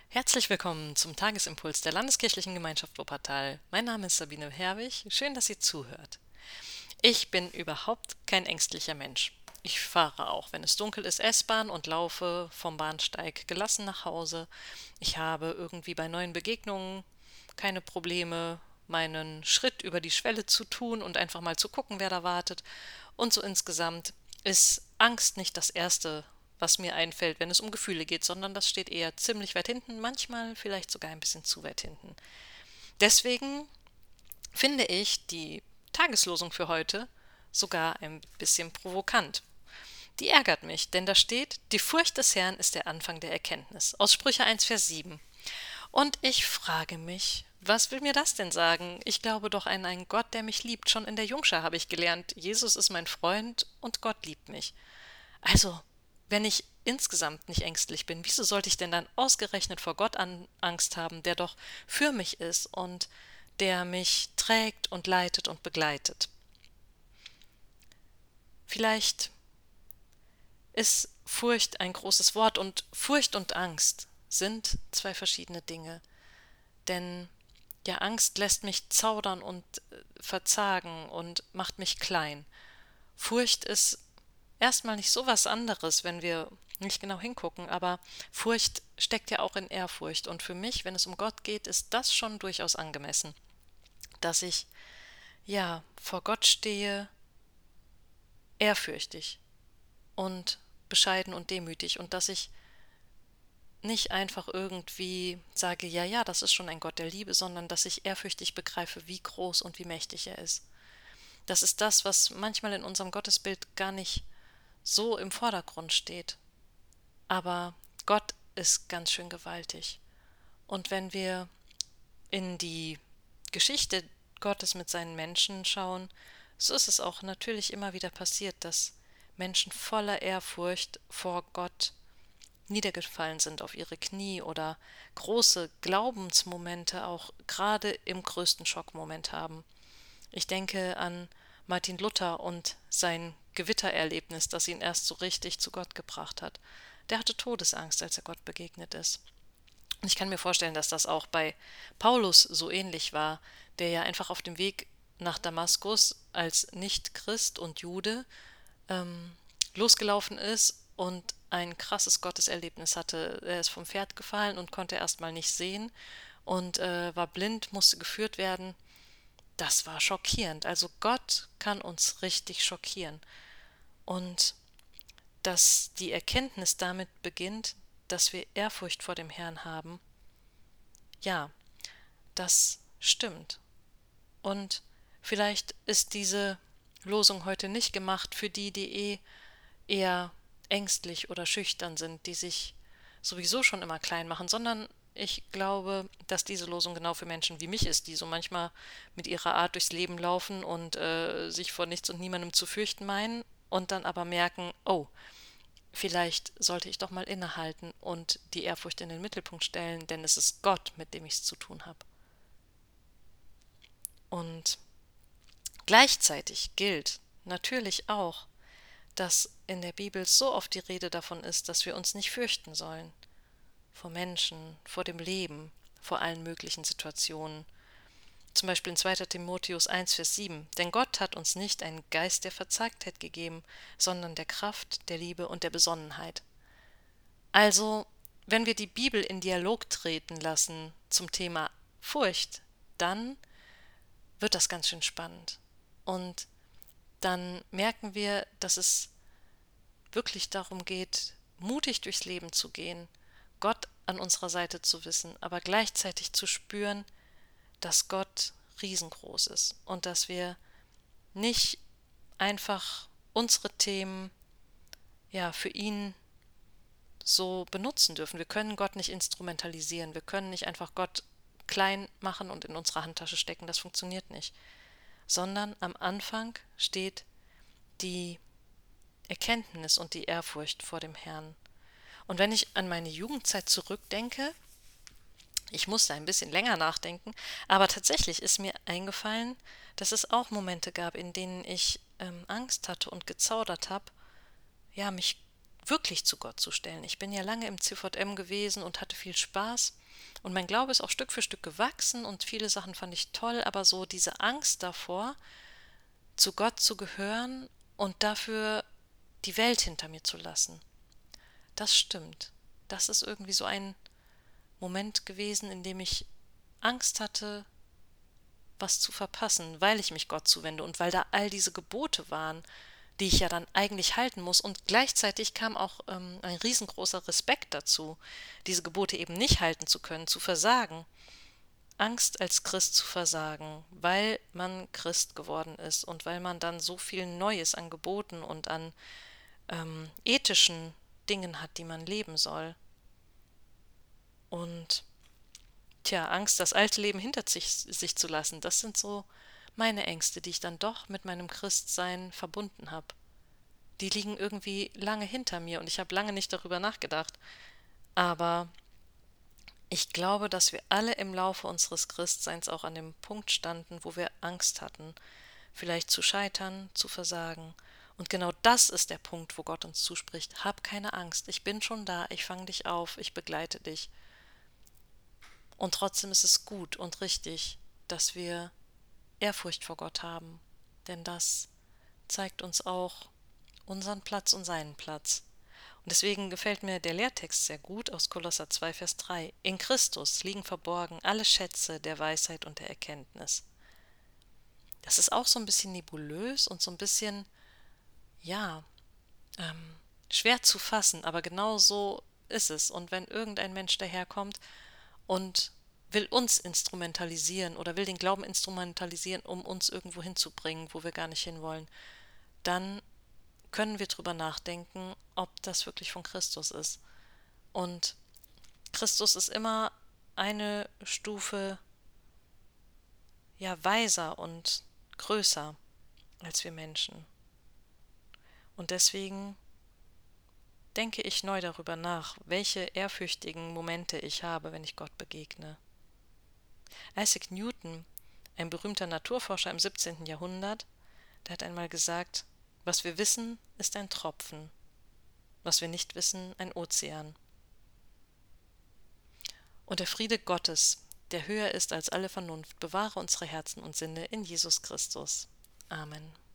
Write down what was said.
Herzlich willkommen zum Tagesimpuls der Landeskirchlichen Gemeinschaft Wuppertal. Mein Name ist Sabine Herwig. Schön, dass ihr zuhört. Ich bin überhaupt kein ängstlicher Mensch. Ich fahre auch, wenn es dunkel ist, S-Bahn und laufe vom Bahnsteig gelassen nach Hause. Ich habe irgendwie bei neuen Begegnungen keine Probleme, meinen Schritt über die Schwelle zu tun und einfach mal zu gucken, wer da wartet. Und so insgesamt ist Angst nicht das Erste, was mir einfällt, wenn es um Gefühle geht, sondern das steht eher ziemlich weit hinten, manchmal vielleicht sogar ein bisschen zu weit hinten. Deswegen finde ich die Tageslosung für heute sogar ein bisschen provokant. Die ärgert mich, denn da steht: Die Furcht des Herrn ist der Anfang der Erkenntnis. Aus Sprüche 1, Vers 7. Und ich frage mich, was will mir das denn sagen? Ich glaube doch an einen Gott, der mich liebt. Schon in der Jungschar habe ich gelernt, Jesus ist mein Freund und Gott liebt mich. Also, wenn ich insgesamt nicht ängstlich bin, wieso sollte ich denn dann ausgerechnet vor Gott Angst haben, der doch für mich ist und der mich trägt und leitet und begleitet? Vielleicht ist Furcht ein großes Wort, und Furcht und Angst sind zwei verschiedene Dinge. Denn ja, Angst lässt mich zaudern und verzagen und macht mich klein. Furcht ist erstmal nicht so was anderes, wenn wir nicht genau hingucken, aber Furcht steckt ja auch in Ehrfurcht. Und für mich, wenn es um Gott geht, ist das schon durchaus angemessen, dass ich ja vor Gott stehe, ehrfürchtig und bescheiden und demütig, und dass ich nicht einfach irgendwie sage, ja, ja, das ist schon ein Gott der Liebe, sondern dass ich ehrfürchtig begreife, wie groß und wie mächtig er ist. Das ist das, was manchmal in unserem Gottesbild gar nicht so im Vordergrund steht. Aber Gott ist ganz schön gewaltig. Und wenn wir in die Geschichte Gottes mit seinen Menschen schauen, so ist es auch natürlich immer wieder passiert, dass Menschen voller Ehrfurcht vor Gott niedergefallen sind auf ihre Knie oder große Glaubensmomente auch gerade im größten Schockmoment haben. Ich denke an Martin Luther und sein Gewittererlebnis, das ihn erst so richtig zu Gott gebracht hat. Der hatte Todesangst, als er Gott begegnet ist. Und ich kann mir vorstellen, dass das auch bei Paulus so ähnlich war, der ja einfach auf dem Weg nach Damaskus als Nicht-Christ und Jude losgelaufen ist und ein krasses Gotteserlebnis hatte. Er ist vom Pferd gefallen und konnte erstmal nicht sehen und war blind, musste geführt werden. Das war schockierend. Also Gott kann uns richtig schockieren. Und dass die Erkenntnis damit beginnt, dass wir Ehrfurcht vor dem Herrn haben, ja, das stimmt. Und vielleicht ist diese Losung heute nicht gemacht für die, die eher ängstlich oder schüchtern sind, die sich sowieso schon immer klein machen, sondern ich glaube, dass diese Losung genau für Menschen wie mich ist, die so manchmal mit ihrer Art durchs Leben laufen und sich vor nichts und niemandem zu fürchten meinen und dann aber merken, oh, vielleicht sollte ich doch mal innehalten und die Ehrfurcht in den Mittelpunkt stellen, denn es ist Gott, mit dem ich es zu tun habe. Und gleichzeitig gilt natürlich auch, dass in der Bibel so oft die Rede davon ist, dass wir uns nicht fürchten sollen. Vor Menschen, vor dem Leben, vor allen möglichen Situationen. Zum Beispiel in 2. Timotheus 1, Vers 7. Denn Gott hat uns nicht einen Geist der Verzagtheit gegeben, sondern der Kraft, der Liebe und der Besonnenheit. Also, wenn wir die Bibel in Dialog treten lassen zum Thema Furcht, dann wird das ganz schön spannend. Und dann merken wir, dass es wirklich darum geht, mutig durchs Leben zu gehen, Gott an unserer Seite zu wissen, aber gleichzeitig zu spüren, dass Gott riesengroß ist und dass wir nicht einfach unsere Themen ja für ihn so benutzen dürfen. Wir können Gott nicht instrumentalisieren, wir können nicht einfach Gott klein machen und in unsere Handtasche stecken, das funktioniert nicht. Sondern am Anfang steht die Erkenntnis und die Ehrfurcht vor dem Herrn. Und wenn ich an meine Jugendzeit zurückdenke, ich musste ein bisschen länger nachdenken, aber tatsächlich ist mir eingefallen, dass es auch Momente gab, in denen ich Angst hatte und gezaudert habe, ja, mich wirklich zu Gott zu stellen. Ich bin ja lange im CVM gewesen und hatte viel Spaß und mein Glaube ist auch Stück für Stück gewachsen und viele Sachen fand ich toll, aber so diese Angst davor, zu Gott zu gehören und dafür die Welt hinter mir zu lassen, das stimmt. Das ist irgendwie so ein Moment gewesen, in dem ich Angst hatte, was zu verpassen, weil ich mich Gott zuwende und weil da all diese Gebote waren, die ich ja dann eigentlich halten muss. Und gleichzeitig kam auch ein riesengroßer Respekt dazu, diese Gebote eben nicht halten zu können, zu versagen. Angst als Christ zu versagen, weil man Christ geworden ist und weil man dann so viel Neues an Geboten und an ethischen Dingen hat, die man leben soll. Und Angst, das alte Leben hinter sich zu lassen, das sind so meine Ängste, die ich dann doch mit meinem Christsein verbunden habe. Die liegen irgendwie lange hinter mir und ich habe lange nicht darüber nachgedacht. Aber ich glaube, dass wir alle im Laufe unseres Christseins auch an dem Punkt standen, wo wir Angst hatten, vielleicht zu scheitern, zu versagen. Und genau das ist der Punkt, wo Gott uns zuspricht. Hab keine Angst, ich bin schon da, ich fange dich auf, ich begleite dich. Und trotzdem ist es gut und richtig, dass wir Ehrfurcht vor Gott haben, denn das zeigt uns auch unseren Platz und seinen Platz. Und deswegen gefällt mir der Lehrtext sehr gut aus Kolosser 2, Vers 3. In Christus liegen verborgen alle Schätze der Weisheit und der Erkenntnis. Das ist auch so ein bisschen nebulös und so ein bisschen, ja, schwer zu fassen, aber genau so ist es. Und wenn irgendein Mensch daherkommt und will uns instrumentalisieren oder will den Glauben instrumentalisieren, um uns irgendwo hinzubringen, wo wir gar nicht hinwollen, dann können wir drüber nachdenken, ob das wirklich von Christus ist. Und Christus ist immer eine Stufe, ja, weiser und größer als wir Menschen. Und deswegen denke ich neu darüber nach, welche ehrfürchtigen Momente ich habe, wenn ich Gott begegne. Isaac Newton, ein berühmter Naturforscher im 17. Jahrhundert, der hat einmal gesagt, was wir wissen, ist ein Tropfen, was wir nicht wissen, ein Ozean. Und der Friede Gottes, der höher ist als alle Vernunft, bewahre unsere Herzen und Sinne in Jesus Christus. Amen.